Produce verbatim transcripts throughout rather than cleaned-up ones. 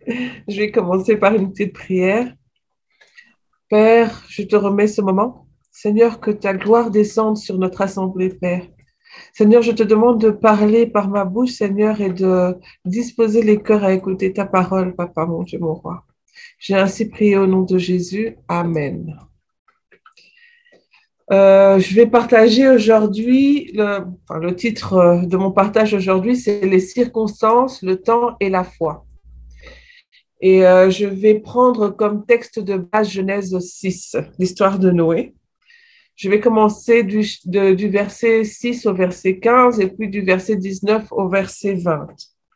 Je vais commencer par une petite prière. Père, je te remets ce moment. Seigneur, que ta gloire descende sur notre assemblée, Père. Seigneur, je te demande de parler par ma bouche, Seigneur, et de disposer les cœurs à écouter ta parole, Papa, mon Dieu, mon roi. J'ai ainsi prié au nom de Jésus. Amen. Euh, je vais partager aujourd'hui, le, enfin, le titre de mon partage aujourd'hui, c'est les circonstances, le temps et la foi. Et euh, je vais prendre comme texte de base Genèse six, l'histoire de Noé. Je vais commencer du, de, du verset six au verset quinze et puis du verset dix-neuf au verset vingt.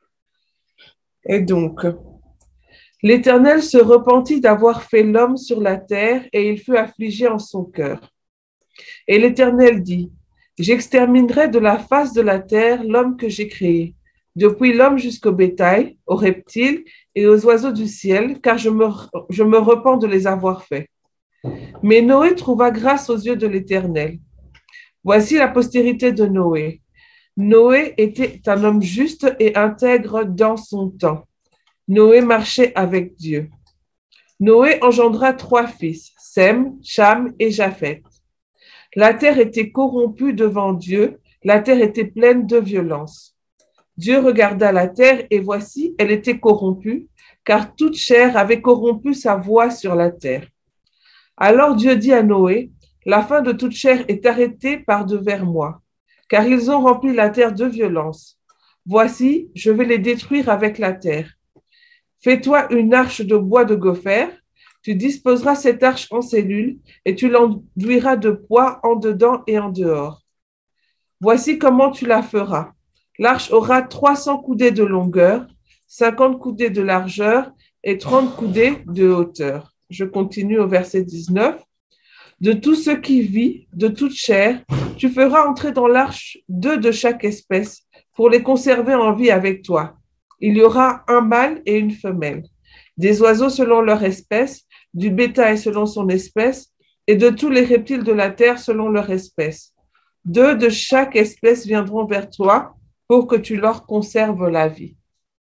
Et donc, l'Éternel se repentit d'avoir fait l'homme sur la terre et il fut affligé en son cœur. Et l'Éternel dit, j'exterminerai de la face de la terre l'homme que j'ai créé, depuis l'homme jusqu'au bétail, aux reptiles et aux oiseaux du ciel, car je me, je me repens de les avoir faits. Mais Noé trouva grâce aux yeux de l'Éternel. Voici la postérité de Noé. Noé était un homme juste et intègre dans son temps. Noé marchait avec Dieu. Noé engendra trois fils, Sem, Cham et Japheth. La terre était corrompue devant Dieu, la terre était pleine de violence. Dieu regarda la terre et voici, elle était corrompue, car toute chair avait corrompu sa voie sur la terre. Alors Dieu dit à Noé, la fin de toute chair est arrêtée par devers moi, car ils ont rempli la terre de violence. Voici, je vais les détruire avec la terre. Fais-toi une arche de bois de gopher, tu disposeras cette arche en cellules et tu l'enduiras de poids en dedans et en dehors. Voici comment tu la feras. L'arche aura trois cents coudées de longueur, cinquante coudées de largeur et trente coudées de hauteur. Je continue au verset dix-neuf. De tout ce qui vit, de toute chair, tu feras entrer dans l'arche deux de chaque espèce pour les conserver en vie avec toi. Il y aura un mâle et une femelle, des oiseaux selon leur espèce, du bétail selon son espèce, et de tous les reptiles de la terre selon leur espèce. Deux de chaque espèce viendront vers toi pour que tu leur conserves la vie.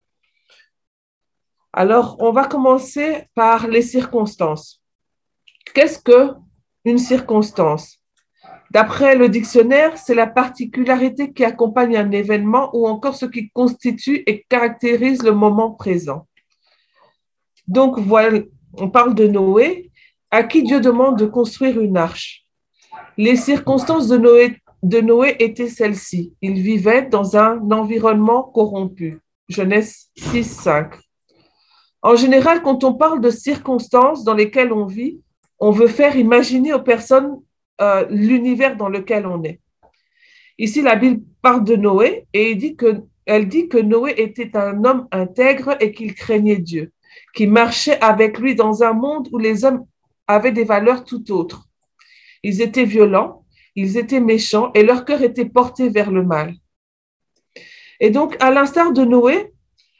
Alors, on va commencer par les circonstances. Qu'est-ce que une circonstance? D'après le dictionnaire, c'est la particularité qui accompagne un événement ou encore ce qui constitue et caractérise le moment présent. Donc, voilà, on parle de Noé, à qui Dieu demande de construire une arche. Les circonstances de Noé, de Noé étaient celles-ci. Il vivait dans un environnement corrompu. Genèse six, cinq. En général, quand on parle de circonstances dans lesquelles on vit, on veut faire imaginer aux personnes euh, l'univers dans lequel on est. Ici, la Bible parle de Noé et il dit que, elle dit que Noé était un homme intègre et qu'il craignait Dieu, qui marchait avec lui dans un monde où les hommes avaient des valeurs tout autres. Ils étaient violents, ils étaient méchants et leur cœur était porté vers le mal. Et donc, à l'instar de Noé,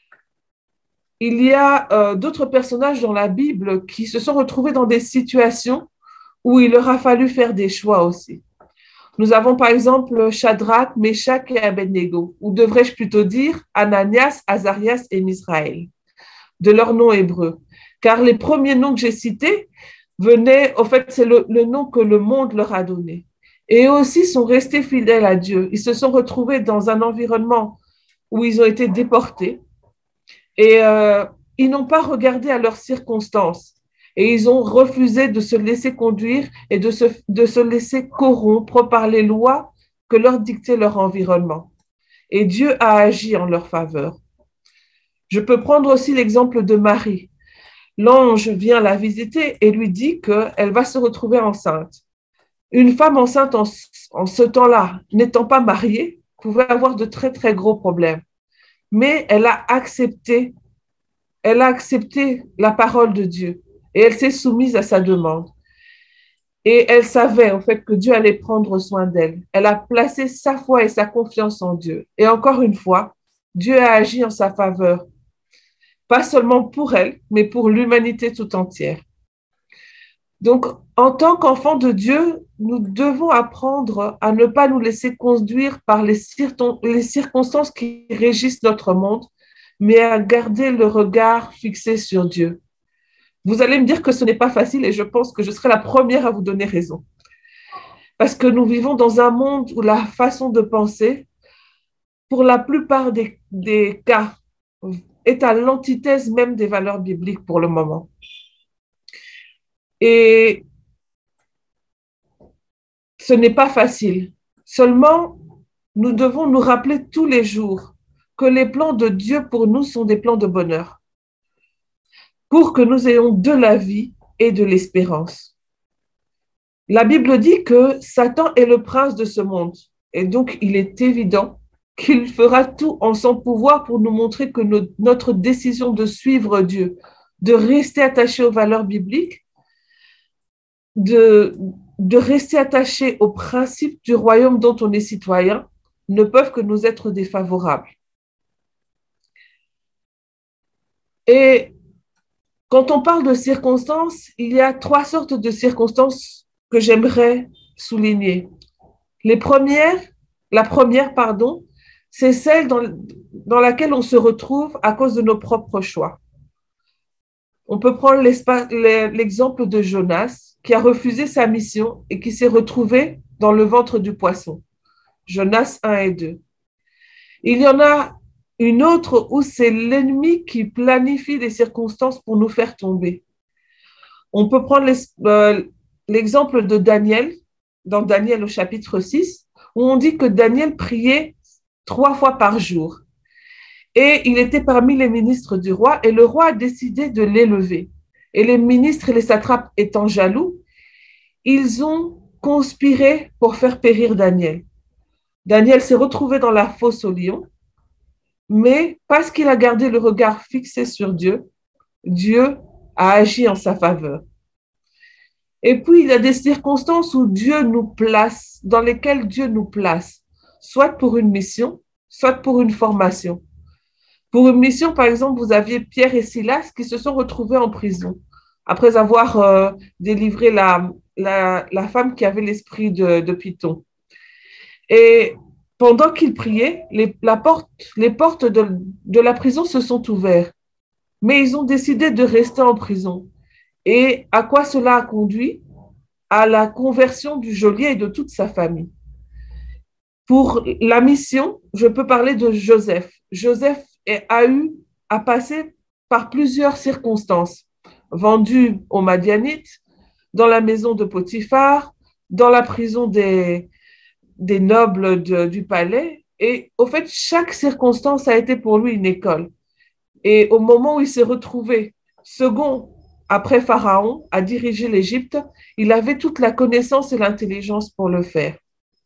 il y a euh, d'autres personnages dans la Bible qui se sont retrouvés dans des situations où il leur a fallu faire des choix aussi. Nous avons par exemple Shadrach, Meshach et Abednego, ou devrais-je plutôt dire Ananias, Azarias et Misraël, de leur nom hébreu. Car les premiers noms que j'ai cités venaient, au fait, c'est le, le nom que le monde leur a donné. Et eux aussi sont restés fidèles à Dieu. Ils se sont retrouvés dans un environnement où ils ont été déportés et euh, ils n'ont pas regardé à leurs circonstances. Et ils ont refusé de se laisser conduire et de se, de se laisser corrompre par les lois que leur dictait leur environnement. Et Dieu a agi en leur faveur. Je peux prendre aussi l'exemple de Marie. L'ange vient la visiter et lui dit qu'elle va se retrouver enceinte. Une femme enceinte en, en ce temps-là, n'étant pas mariée, pouvait avoir de très, très gros problèmes. Mais elle a accepté, elle a accepté la parole de Dieu. Et elle s'est soumise à sa demande. Et elle savait en fait que Dieu allait prendre soin d'elle. Elle a placé sa foi et sa confiance en Dieu. Et encore une fois, Dieu a agi en sa faveur. Pas seulement pour elle, mais pour l'humanité tout entière. Donc, en tant qu'enfants de Dieu, nous devons apprendre à ne pas nous laisser conduire par les, cir- les circonstances qui régissent notre monde, mais à garder le regard fixé sur Dieu. Vous allez me dire que ce n'est pas facile et je pense que je serai la première à vous donner raison. Parce que nous vivons dans un monde où la façon de penser, pour la plupart des, des cas, est à l'antithèse même des valeurs bibliques pour le moment. Et ce n'est pas facile. Seulement, nous devons nous rappeler tous les jours que les plans de Dieu pour nous sont des plans de bonheur, pour que nous ayons de la vie et de l'espérance. La Bible dit que Satan est le prince de ce monde, et donc il est évident qu'il fera tout en son pouvoir pour nous montrer que no- notre décision de suivre Dieu, de rester attaché aux valeurs bibliques, de, de rester attaché aux principes du royaume dont on est citoyen, ne peuvent que nous être défavorables. Et quand on parle de circonstances, il y a trois sortes de circonstances que j'aimerais souligner. Les premières, la première, pardon, c'est celle dans, dans laquelle on se retrouve à cause de nos propres choix. On peut prendre l'exemple de Jonas, qui a refusé sa mission et qui s'est retrouvé dans le ventre du poisson. Jonas un et deux. Il y en a une autre où c'est l'ennemi qui planifie des circonstances pour nous faire tomber. On peut prendre euh, l'exemple de Daniel, dans Daniel au chapitre six, où on dit que Daniel priait trois fois par jour. Et il était parmi les ministres du roi, et le roi a décidé de l'élever. Et les ministres et les satrapes étant jaloux, ils ont conspiré pour faire périr Daniel. Daniel s'est retrouvé dans la fosse au lion, mais parce qu'il a gardé le regard fixé sur Dieu, Dieu a agi en sa faveur. Et puis, il y a des circonstances où Dieu nous place, dans lesquelles Dieu nous place, soit pour une mission, soit pour une formation. Pour une mission, par exemple, vous aviez Pierre et Silas qui se sont retrouvés en prison après avoir euh, délivré la, la, la femme qui avait l'esprit de, de Python. Et pendant qu'ils priaient, les, la porte, les portes de, de la prison se sont ouvertes, mais ils ont décidé de rester en prison. Et à quoi cela a conduit? À la conversion du geôlier et de toute sa famille. Pour la mission, je peux parler de Joseph. Joseph a eu à passer par plusieurs circonstances. Vendu aux Madianites, dans la maison de Potiphar, dans la prison des, des nobles de, du palais. Et au fait, chaque circonstance a été pour lui une école. Et au moment où il s'est retrouvé second après Pharaon à diriger l'Égypte, il avait toute la connaissance et l'intelligence pour le faire.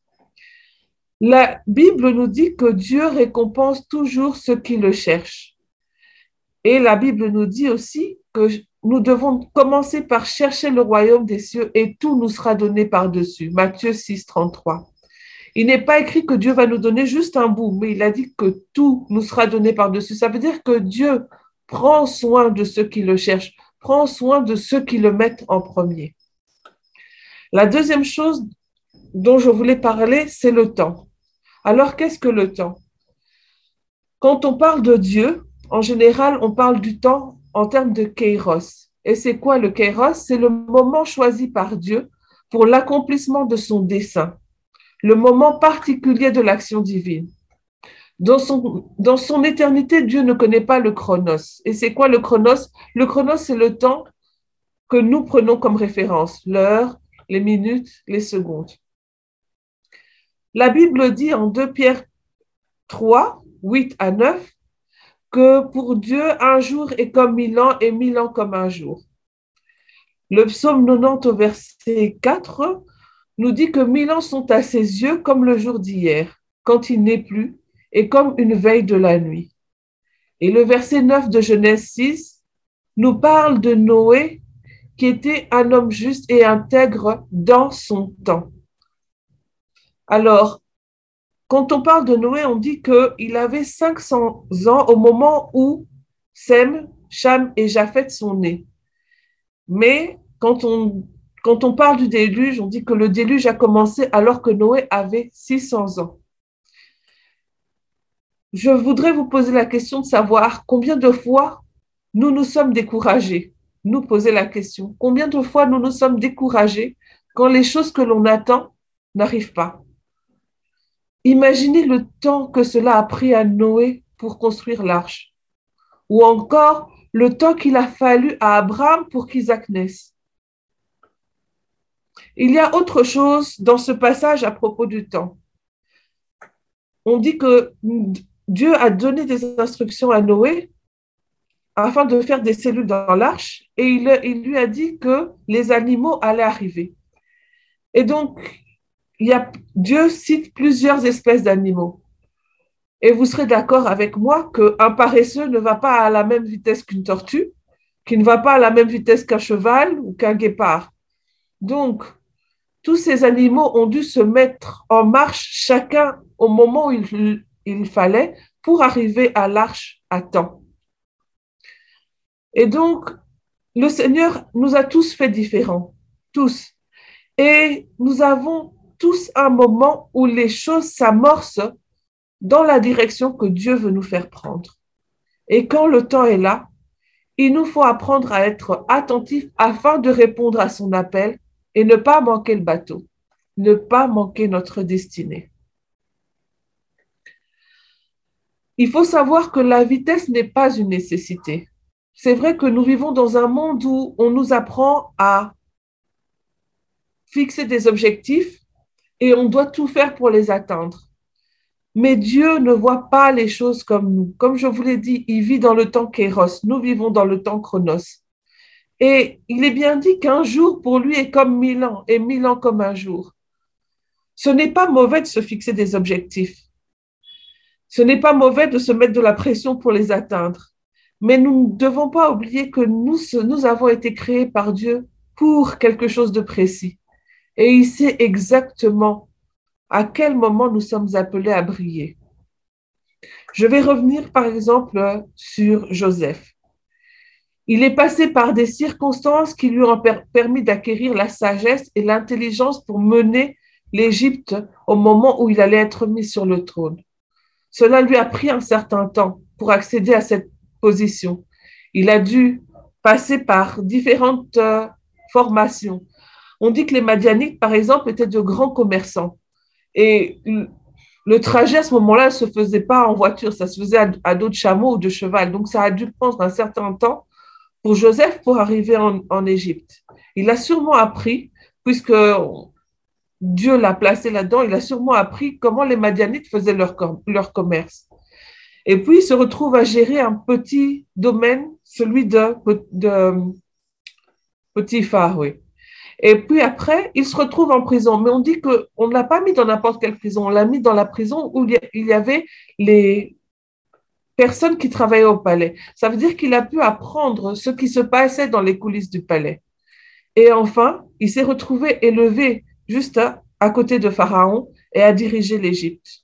La Bible nous dit que Dieu récompense toujours ceux qui le cherchent. Et la Bible nous dit aussi que nous devons commencer par chercher le royaume des cieux et tout nous sera donné par-dessus. Matthieu six, trente-trois. Il n'est pas écrit que Dieu va nous donner juste un bout, mais il a dit que tout nous sera donné par-dessus. Ça veut dire que Dieu prend soin de ceux qui le cherchent, prend soin de ceux qui le mettent en premier. La deuxième chose dont je voulais parler, c'est le temps. Alors, qu'est-ce que le temps? Quand on parle de Dieu, en général, on parle du temps en termes de kairos. Et c'est quoi le kairos? C'est le moment choisi par Dieu pour l'accomplissement de son dessein, le moment particulier de l'action divine. Dans son, dans son éternité, Dieu ne connaît pas le chronos. Et c'est quoi le chronos? Le chronos, c'est le temps que nous prenons comme référence, l'heure, les minutes, les secondes. La Bible dit en deux Pierre trois, huit à neuf, que pour Dieu, un jour est comme mille ans et mille ans comme un jour. Le psaume quatre-vingt-dix au verset quatre nous dit que mille ans sont à ses yeux comme le jour d'hier, quand il n'est plus, et comme une veille de la nuit. Et le verset neuf de Genèse six nous parle de Noé, qui était un homme juste et intègre dans son temps. Alors, quand on parle de Noé, on dit qu'il avait cinq cents ans au moment où Sem, Cham et Japheth sont nés. Mais quand on, quand on parle du déluge, on dit que le déluge a commencé alors que Noé avait six cents ans. je voudrais vous poser la question de savoir combien de fois nous nous sommes découragés. Nous poser la question, combien de fois nous nous sommes découragés quand les choses que l'on attend n'arrivent pas. Imaginez le temps que cela a pris à Noé pour construire l'arche, ou encore le temps qu'il a fallu à Abraham pour qu'Isaac naisse. Il y a autre chose dans ce passage à propos du temps. On dit que Dieu a donné des instructions à Noé afin de faire des cellules dans l'arche et il, il lui a dit que les animaux allaient arriver. Et donc, il y a, Dieu cite plusieurs espèces d'animaux. Et vous serez d'accord avec moi qu'un paresseux ne va pas à la même vitesse qu'une tortue, qui ne va pas à la même vitesse qu'un cheval ou qu'un guépard. Donc, tous ces animaux ont dû se mettre en marche, chacun au moment où il, il fallait, pour arriver à l'arche à temps. Et donc, le Seigneur nous a tous fait différents, tous. Et nous avons tous un moment où les choses s'amorcent dans la direction que Dieu veut nous faire prendre. Et quand le temps est là, il nous faut apprendre à être attentifs afin de répondre à son appel et ne pas manquer le bateau, ne pas manquer notre destinée. Il faut savoir que la vitesse n'est pas une nécessité. C'est vrai que nous vivons dans un monde où on nous apprend à fixer des objectifs et on doit tout faire pour les atteindre. Mais Dieu ne voit pas les choses comme nous. Comme je vous l'ai dit, il vit dans le temps Kéros. Nous vivons dans le temps Chronos. Et il est bien dit qu'un jour pour lui est comme mille ans et mille ans comme un jour. Ce n'est pas mauvais de se fixer des objectifs. Ce n'est pas mauvais de se mettre de la pression pour les atteindre. Mais nous ne devons pas oublier que nous, nous avons été créés par Dieu pour quelque chose de précis. Et il sait exactement à quel moment nous sommes appelés à briller. Je vais revenir par exemple sur Joseph. Il est passé par des circonstances qui lui ont permis d'acquérir la sagesse et l'intelligence pour mener l'Égypte au moment où il allait être mis sur le trône. Cela lui a pris un certain temps pour accéder à cette position. Il a dû passer par différentes euh, formations. On dit que les Madianites, par exemple, étaient de grands commerçants. Et le trajet à ce moment-là ne se faisait pas en voiture, ça se faisait à, à dos de chameau ou de cheval. Donc, ça a dû prendre un certain temps pour Joseph pour arriver en, en Égypte. Il a sûrement appris, puisque Dieu l'a placé là-dedans, il a sûrement appris comment les Madianites faisaient leur, leur commerce. Et puis, il se retrouve à gérer un petit domaine, celui de, de Potiphar, oui. Et puis après, il se retrouve en prison. Mais on dit qu'on ne l'a pas mis dans n'importe quelle prison. On l'a mis dans la prison où il y avait les personnes qui travaillaient au palais. Ça veut dire qu'il a pu apprendre ce qui se passait dans les coulisses du palais. Et enfin, il s'est retrouvé élevé juste à, à côté de Pharaon et a dirigé l'Égypte.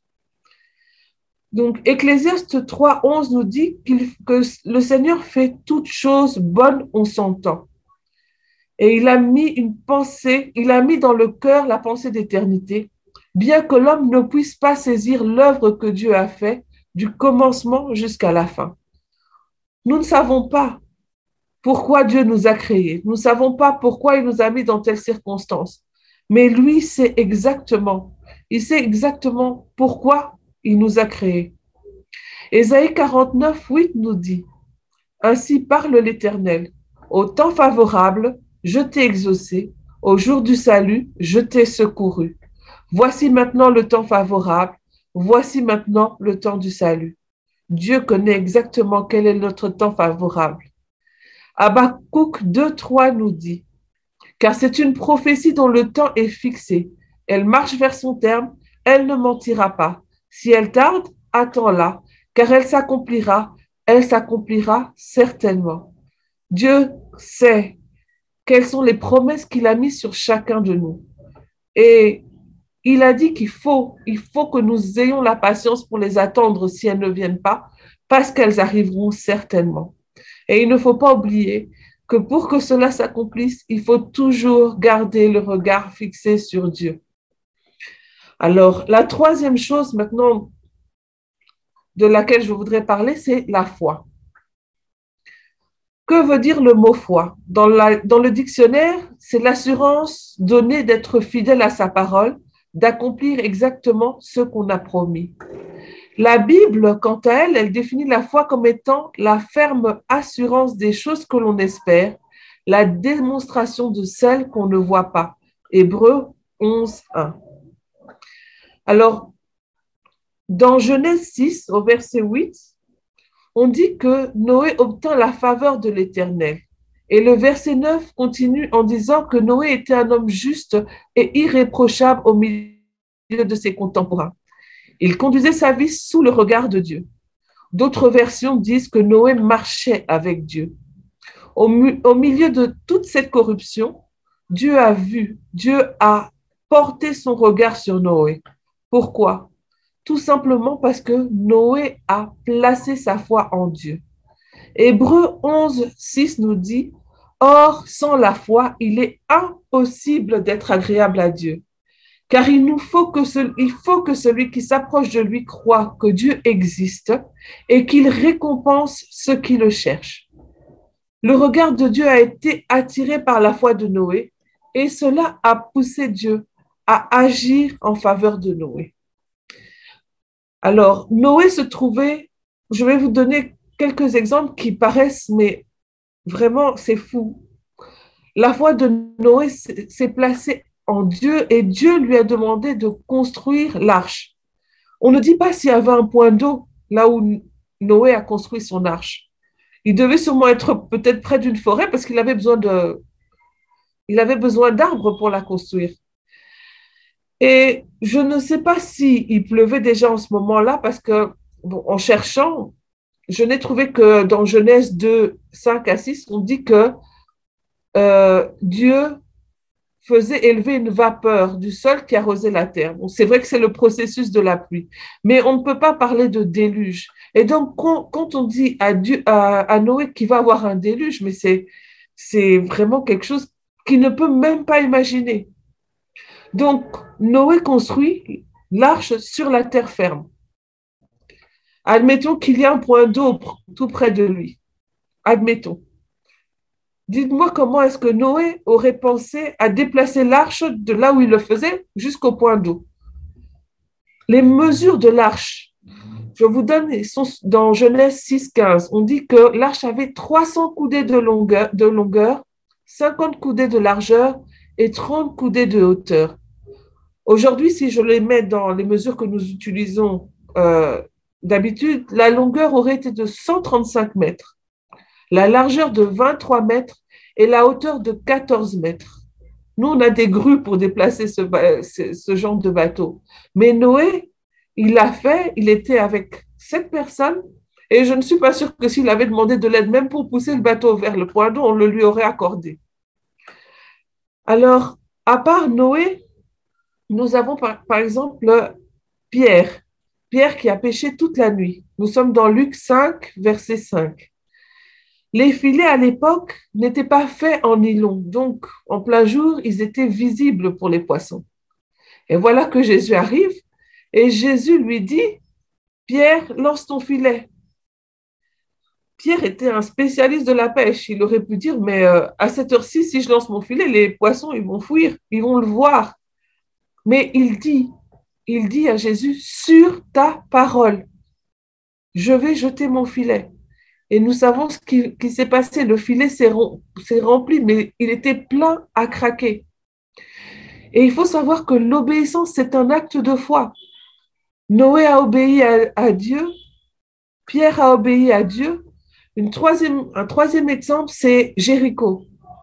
Donc, Ecclésiaste trois, onze nous dit qu'il, que le Seigneur fait toutes choses bonnes en son temps. Et il a mis une pensée, il a mis dans le cœur la pensée d'éternité, bien que l'homme ne puisse pas saisir l'œuvre que Dieu a faite du commencement jusqu'à la fin. Nous ne savons pas pourquoi Dieu nous a créés, nous ne savons pas pourquoi il nous a mis dans telles circonstances, mais lui sait exactement, il sait exactement pourquoi il nous a créés. Ésaïe quarante-neuf, huit nous dit, « Ainsi parle l'Éternel, au temps favorable, je t'ai exaucé, au jour du salut, je t'ai secouru. Voici maintenant le temps favorable, voici maintenant le temps du salut. » Dieu connaît exactement quel est notre temps favorable. Habakkuk deux, trois nous dit, « Car c'est une prophétie dont le temps est fixé. Elle marche vers son terme, elle ne mentira pas. Si elle tarde, attends-la, car elle s'accomplira, elle s'accomplira certainement. » Dieu sait quelles sont les promesses qu'il a mises sur chacun de nous. Et il a dit qu'il faut, il faut que nous ayons la patience pour les attendre si elles ne viennent pas, parce qu'elles arriveront certainement. Et il ne faut pas oublier que pour que cela s'accomplisse, il faut toujours garder le regard fixé sur Dieu. Alors, la troisième chose maintenant de laquelle je voudrais parler, c'est la foi. Que veut dire le mot foi? Dans, la, dans le dictionnaire, c'est l'assurance donnée d'être fidèle à sa parole, d'accomplir exactement ce qu'on a promis. La Bible, quant à elle, elle définit la foi comme étant la ferme assurance des choses que l'on espère, la démonstration de celles qu'on ne voit pas. Hébreux onze, un. Alors, dans Genèse six, au verset huit, on dit que Noé obtint la faveur de l'Éternel. Et le verset neuf continue en disant que Noé était un homme juste et irréprochable au milieu de ses contemporains. Il conduisait sa vie sous le regard de Dieu. D'autres versions disent que Noé marchait avec Dieu. Au, au milieu de toute cette corruption, Dieu a vu, Dieu a porté son regard sur Noé. Pourquoi? Tout simplement parce que Noé a placé sa foi en Dieu. Hébreux onze, six nous dit, « Or, sans la foi, il est impossible d'être agréable à Dieu. Car il nous faut que, ce, il faut que celui qui s'approche de lui croie que Dieu existe et qu'il récompense ceux qui le cherchent. » Le regard de Dieu a été attiré par la foi de Noé et cela a poussé Dieu à agir en faveur de Noé. Alors, Noé se trouvait, je vais vous donner quelques exemples qui paraissent, mais vraiment, c'est fou. La foi de Noé s'est placée en Dieu et Dieu lui a demandé de construire l'arche. On ne dit pas s'il y avait un point d'eau là où Noé a construit son arche. Il devait sûrement être peut-être près d'une forêt parce qu'il avait besoin de, il avait besoin d'arbres pour la construire. Et je ne sais pas s'il pleuvait déjà en ce moment-là parce que, bon, en cherchant, je n'ai trouvé que dans Genèse deux, cinq à six, on dit que euh, Dieu faisait élever une vapeur du sol qui arrosait la terre. Bon, c'est vrai que c'est le processus de la pluie, mais on ne peut pas parler de déluge. Et donc, quand, quand on dit à, Dieu, à, à Noé qu'il va avoir un déluge, mais c'est, c'est vraiment quelque chose qu'il ne peut même pas imaginer. Donc, Noé construit l'arche sur la terre ferme. Admettons qu'il y a un point d'eau tout près de lui. Admettons. Dites-moi comment est-ce que Noé aurait pensé à déplacer l'arche de là où il le faisait jusqu'au point d'eau. Les mesures de l'arche, je vous donne, ils sont dans Genèse six, quinze. On dit que l'arche avait trois cents coudées de longueur, de longueur, cinquante coudées de largeur et trente coudées de hauteur. Aujourd'hui, si je les mets dans les mesures que nous utilisons euh, d'habitude, la longueur aurait été de cent trente-cinq mètres, la largeur de vingt-trois mètres et la hauteur de quatorze mètres. Nous, on a des grues pour déplacer ce, ce, ce genre de bateau. Mais Noé, il l'a fait, il était avec sept personnes et je ne suis pas sûre que s'il avait demandé de l'aide même pour pousser le bateau vers le point d'eau, on le lui aurait accordé. Alors, à part Noé, nous avons par, par exemple Pierre. Pierre qui a pêché toute la nuit. Nous sommes dans Luc cinq, verset cinq. Les filets à l'époque n'étaient pas faits en nylon, donc en plein jour, ils étaient visibles pour les poissons. Et voilà que Jésus arrive et Jésus lui dit, Pierre, lance ton filet. Pierre était un spécialiste de la pêche. Il aurait pu dire, mais euh, à cette heure-ci, si je lance mon filet, les poissons, ils vont fuir, ils vont le voir. Mais il dit, il dit à Jésus, sur ta parole, je vais jeter mon filet. Et nous savons ce qui, qui s'est passé. Le filet s'est, s'est rempli, mais il était plein à craquer. Et il faut savoir que l'obéissance, c'est un acte de foi. Noé a obéi à, à Dieu, Pierre a obéi à Dieu. Une troisième, un troisième exemple, c'est Jéricho.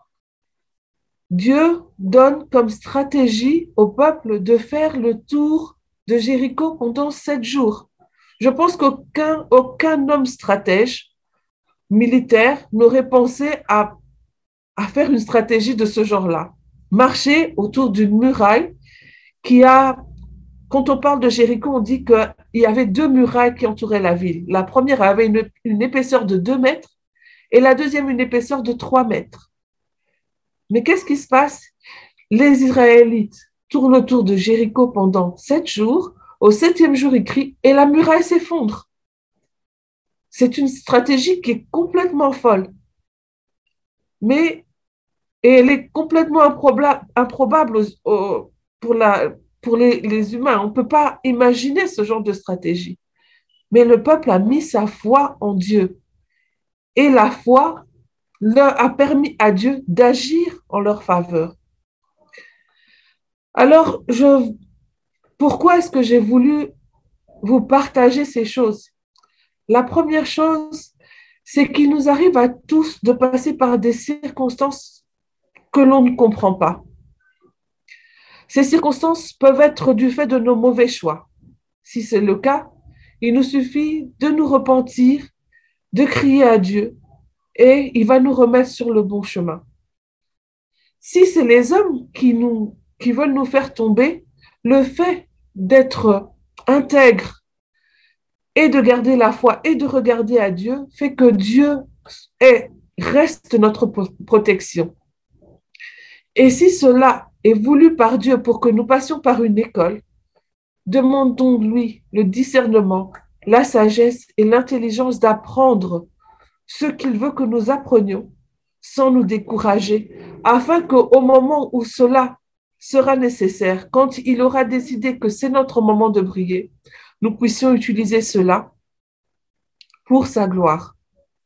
Dieu donne comme stratégie au peuple de faire le tour de Jéricho pendant sept jours. Je pense qu'aucun aucun homme stratège militaire n'aurait pensé à, à faire une stratégie de ce genre-là. Marcher autour d'une muraille qui a, quand on parle de Jéricho, on dit qu'il y avait deux murailles qui entouraient la ville. La première avait une, une épaisseur de deux mètres et la deuxième une épaisseur de trois mètres. Mais qu'est-ce qui se passe? Les Israélites tournent autour de Jéricho pendant sept jours. Au septième jour, ils crient et la muraille s'effondre. C'est une stratégie qui est complètement folle, mais et elle est complètement improbable, improbable aux- aux- pour, la, pour les, les humains. On ne peut pas imaginer ce genre de stratégie. Mais le peuple a mis sa foi en Dieu et la foi leur a permis à Dieu d'agir en leur faveur. Alors, je, pourquoi est-ce que j'ai voulu vous partager ces choses? La première chose, c'est qu'il nous arrive à tous de passer par des circonstances que l'on ne comprend pas. Ces circonstances peuvent être du fait de nos mauvais choix. Si c'est le cas, il nous suffit de nous repentir, de crier à Dieu et il va nous remettre sur le bon chemin. Si c'est les hommes qui, nous, qui veulent nous faire tomber, le fait d'être intègre et de garder la foi et de regarder à Dieu fait que Dieu est, reste notre protection. Et si cela est voulu par Dieu pour que nous passions par une école, demandons-lui le discernement, la sagesse et l'intelligence d'apprendre ce qu'il veut que nous apprenions sans nous décourager, afin qu'au moment où cela sera nécessaire, quand il aura décidé que c'est notre moment de briller, nous puissions utiliser cela pour sa gloire.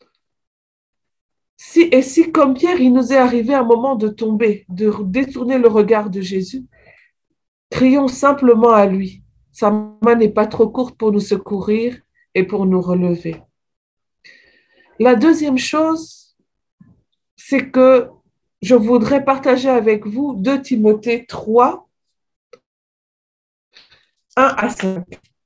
Si, et si, comme Pierre, il nous est arrivé un moment de tomber, de détourner le regard de Jésus, crions simplement à lui. Sa main n'est pas trop courte pour nous secourir et pour nous relever. La deuxième chose, c'est que je voudrais partager avec vous deux Timothée trois, un à cinq.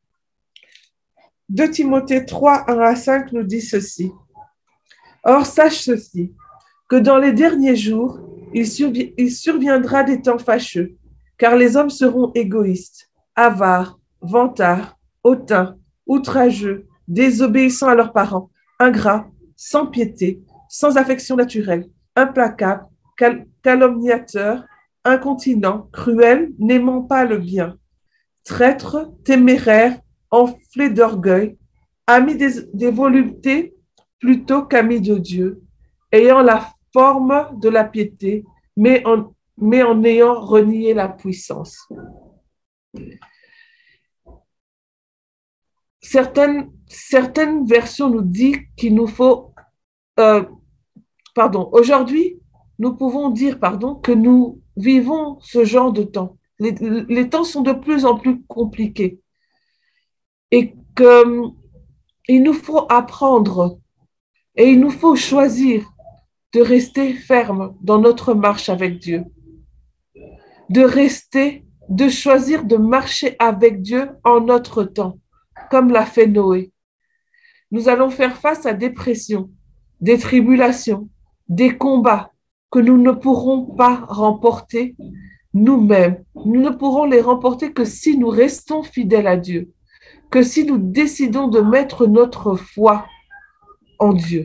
deux Timothée trois, un à cinq nous dit ceci. Or, sache ceci, que dans les derniers jours, il, survi- il surviendra des temps fâcheux, car les hommes seront égoïstes, avares, vantards, hautains, outrageux, désobéissants à leurs parents, ingrats, sans piété, sans affection naturelle, implacables, cal- calomniateurs, incontinents, cruels, n'aimant pas le bien, traîtres, téméraires, enflés d'orgueil, amis des, des voluptés plutôt qu'amis de Dieu, ayant la forme de la piété, mais en, mais en ayant renié la puissance. Certaines, certaines versions nous disent qu'il nous faut, euh, pardon, aujourd'hui, nous pouvons dire, pardon, que nous vivons ce genre de temps. Les, les temps sont de plus en plus compliqués et qu'il nous faut apprendre et il nous faut choisir de rester ferme dans notre marche avec Dieu, de rester, de choisir de marcher avec Dieu en notre temps, comme l'a fait Noé. Nous allons faire face à des pressions, des tribulations, des combats que nous ne pourrons pas remporter nous-mêmes. Nous ne pourrons les remporter que si nous restons fidèles à Dieu, que si nous décidons de mettre notre foi en Dieu.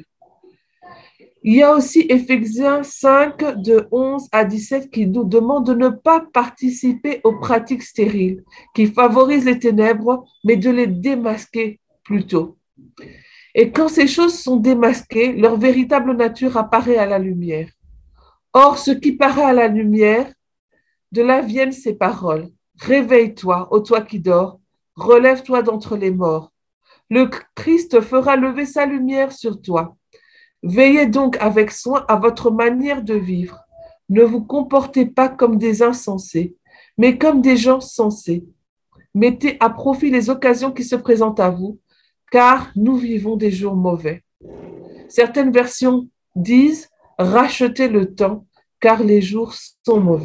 Il y a aussi Éphésiens cinq, de onze à dix-sept, qui nous demande de ne pas participer aux pratiques stériles qui favorisent les ténèbres, mais de les démasquer plutôt. Et quand ces choses sont démasquées, leur véritable nature apparaît à la lumière. Or, ce qui paraît à la lumière, de là viennent ces paroles. Réveille-toi, ô toi qui dors, relève-toi d'entre les morts. Le Christ fera lever sa lumière sur toi. Veillez donc avec soin à votre manière de vivre. Ne vous comportez pas comme des insensés, mais comme des gens sensés. Mettez à profit les occasions qui se présentent à vous, car nous vivons des jours mauvais. Certaines versions disent « Rachetez le temps, car les jours sont mauvais ».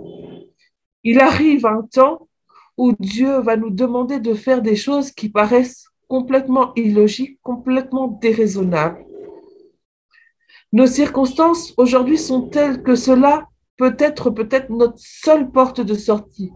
Il arrive un temps où Dieu va nous demander de faire des choses qui paraissent complètement illogiques, complètement déraisonnables. Nos circonstances aujourd'hui sont telles que cela peut être peut-être notre seule porte de sortie.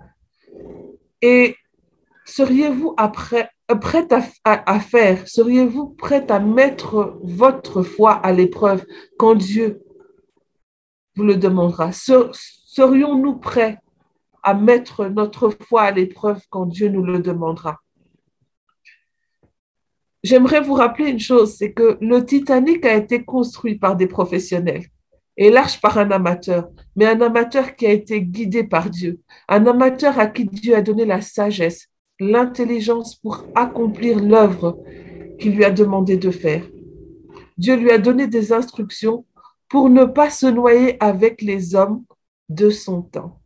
Et seriez-vous après, prête à, à, à faire, seriez-vous prête à mettre votre foi à l'épreuve quand Dieu vous le demandera? Ser, serions-nous prêts à mettre notre foi à l'épreuve quand Dieu nous le demandera? J'aimerais vous rappeler une chose, c'est que le Titanic a été construit par des professionnels et l'arche par un amateur, mais un amateur qui a été guidé par Dieu, un amateur à qui Dieu a donné la sagesse, l'intelligence pour accomplir l'œuvre qu'il lui a demandé de faire. Dieu lui a donné des instructions pour ne pas se noyer avec les hommes de son temps.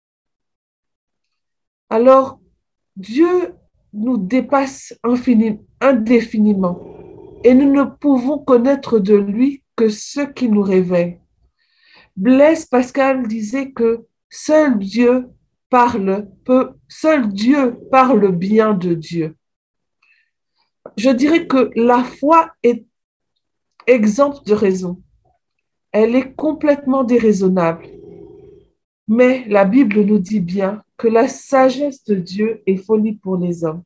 Alors, Dieu nous dépasse infini- indéfiniment et nous ne pouvons connaître de lui que ce qu'il nous révèle. Blaise Pascal disait que seul Dieu parle, peut, seul Dieu parle bien de Dieu. Je dirais que la foi est exempte de raison. Elle est complètement déraisonnable. Mais la Bible nous dit bien que la sagesse de Dieu est folie pour les hommes.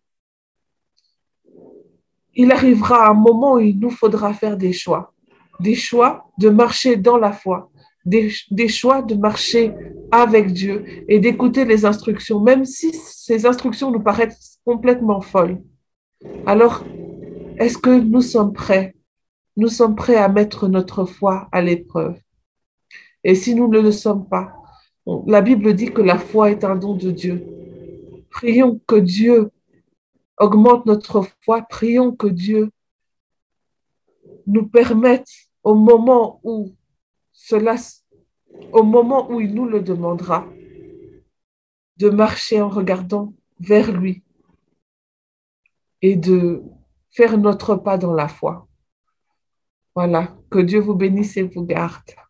Il arrivera un moment où il nous faudra faire des choix. Des choix de marcher dans la foi, des, des choix de marcher avec Dieu et d'écouter les instructions, même si ces instructions nous paraissent complètement folles. Alors, est-ce que nous sommes prêts? Nous sommes prêts à mettre notre foi à l'épreuve. Et si nous ne le sommes pas, la Bible dit que la foi est un don de Dieu. Prions que Dieu augmente notre foi. Prions que Dieu nous permette au moment où cela, au moment où il nous le demandera, de marcher en regardant vers lui et de faire notre pas dans la foi. Voilà, que Dieu vous bénisse et vous garde.